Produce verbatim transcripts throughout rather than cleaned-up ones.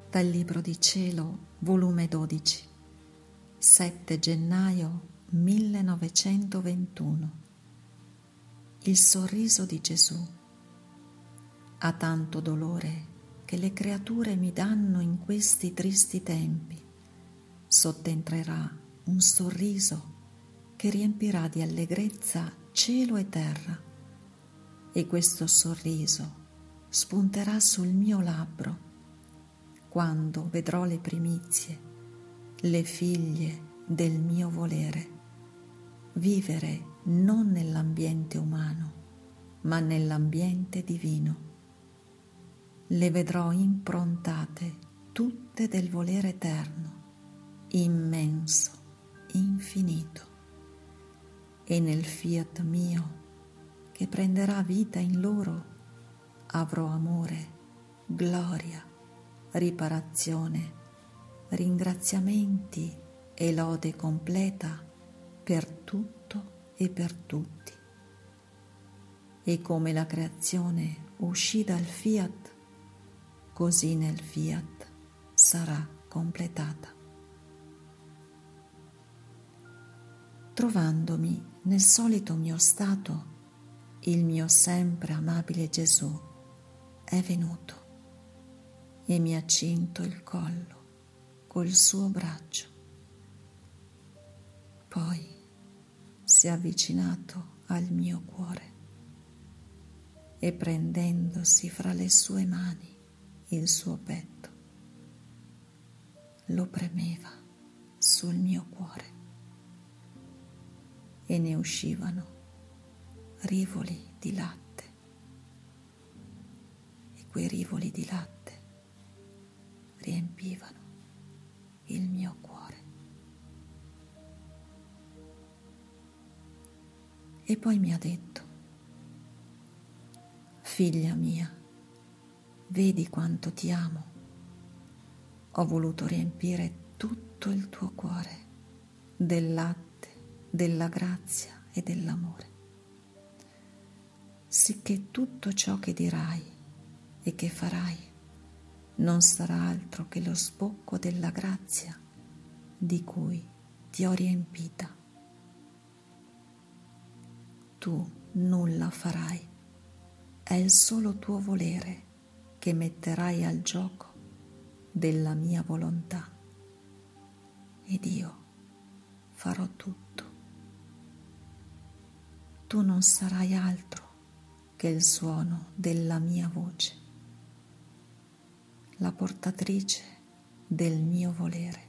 Dal Libro di Cielo, volume dodici, sette gennaio millenovecentoventuno. Il sorriso di Gesù. Ha tanto dolore che le creature mi danno in questi tristi tempi. Sottentrerà un sorriso che riempirà di allegrezza cielo e terra, e questo sorriso spunterà sul mio labbro quando vedrò le primizie, le figlie del mio volere, vivere non nell'ambiente umano, ma nell'ambiente divino. Le vedrò improntate tutte del volere eterno, immenso, infinito, e nel fiat mio che prenderà vita in loro avrò amore, gloria, riparazione, ringraziamenti e lode completa per tutto e per tutti. E come la creazione uscì dal fiat, così nel fiat sarà completata. Trovandomi nel solito mio stato, il mio sempre amabile Gesù è venuto e mi ha cinto il collo col suo braccio. Poi si è avvicinato al mio cuore e prendendosi fra le sue mani il suo petto, lo premeva sul mio cuore e ne uscivano rivoli di latte, e quei rivoli di latte riempivano il mio cuore. E poi mi ha detto: figlia mia, vedi quanto ti amo. Ho voluto riempire tutto il tuo cuore del latte, della grazia e dell'amore, sicché tutto ciò che dirai e che farai non sarà altro che lo sbocco della grazia di cui ti ho riempita. Tu nulla farai, è il solo tuo volere che metterai al gioco della mia volontà, ed io farò tutto. Tu non sarai altro che il suono della mia voce, la portatrice del mio volere,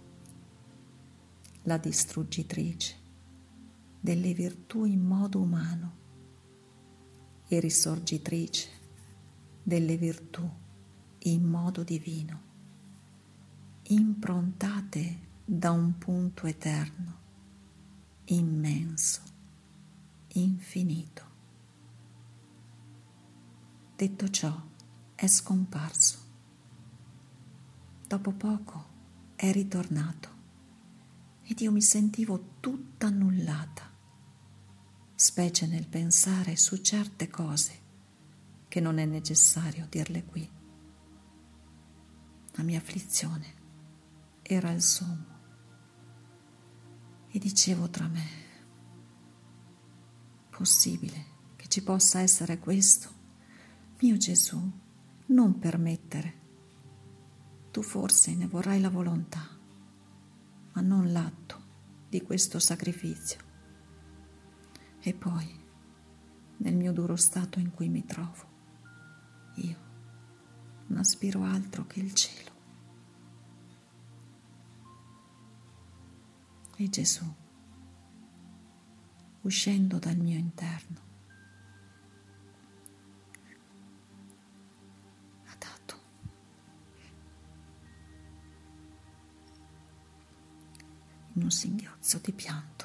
la distruggitrice delle virtù in modo umano e risorgitrice delle virtù in modo divino, improntate da un punto eterno, immenso, infinito. Detto ciò, è scomparso. Dopo poco è ritornato ed io mi sentivo tutta annullata, specie nel pensare su certe cose che non è necessario dirle qui. La mia afflizione era il sommo e dicevo tra me: possibile che ci possa essere questo? Mio Gesù, non permettere. Tu forse ne vorrai la volontà, ma non l'atto di questo sacrificio. E poi, nel mio duro stato in cui mi trovo, io non aspiro altro che il cielo. E Gesù, uscendo dal mio interno, ha dato in un singhiozzo di pianto.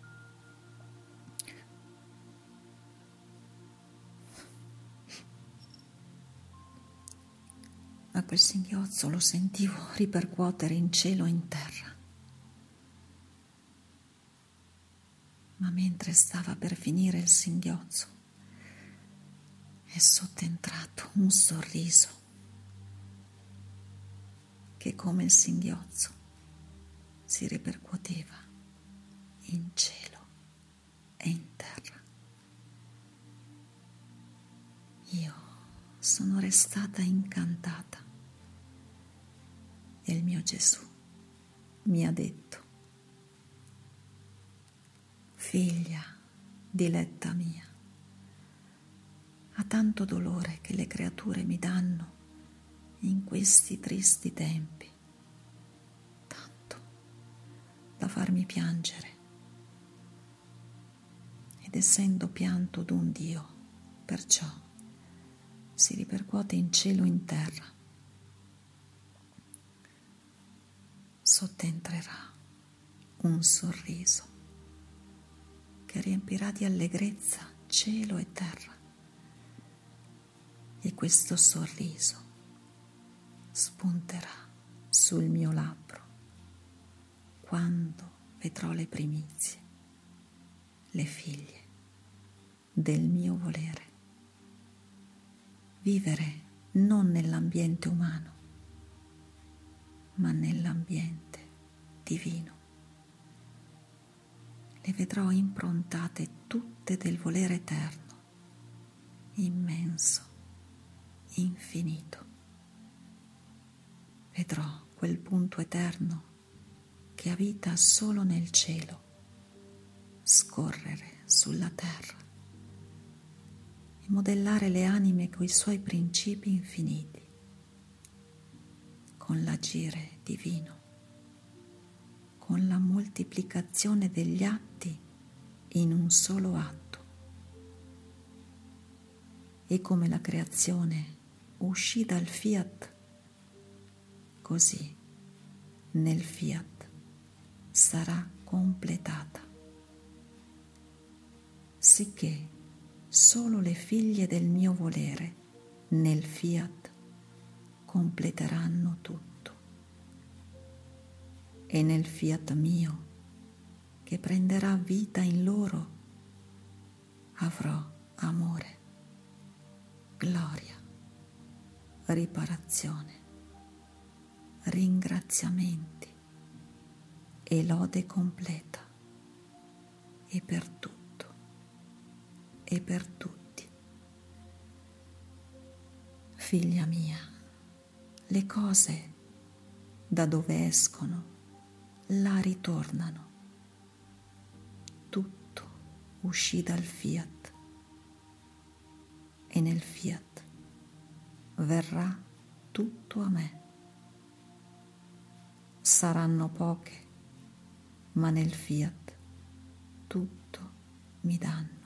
Ma quel singhiozzo lo sentivo ripercuotere in cielo e in terra. Ma mentre stava per finire il singhiozzo, è sottentrato un sorriso che come il singhiozzo si ripercuoteva in cielo e in terra. Io sono restata incantata e il mio Gesù mi ha detto: figlia diletta mia, ha tanto dolore che le creature mi danno in questi tristi tempi, tanto da farmi piangere, ed essendo pianto d'un Dio, perciò si ripercuote in cielo e in terra. Sottentrerà un sorriso che riempirà di allegrezza cielo e terra, e questo sorriso spunterà sul mio labbro quando vedrò le primizie, le figlie del mio volere, vivere non nell'ambiente umano, ma nell'ambiente divino. Le vedrò improntate tutte del volere eterno, immenso, infinito. Vedrò quel punto eterno che abita solo nel cielo scorrere sulla terra e modellare le anime coi suoi principi infiniti, con l'agire divino, con la moltiplicazione degli atti in un solo atto. E come la creazione uscì dal fiat, così nel fiat sarà completata, sicché solo le figlie del mio volere nel fiat completeranno tutto. E nel fiat mio, che prenderà vita in loro, avrò amore, gloria, riparazione, ringraziamenti e lode completa, e per tutto e per tutti. Figlia mia, le cose da dove escono là ritornano. Tutto uscì dal fiat e nel fiat verrà tutto a me. Saranno poche, ma nel fiat tutto mi danno.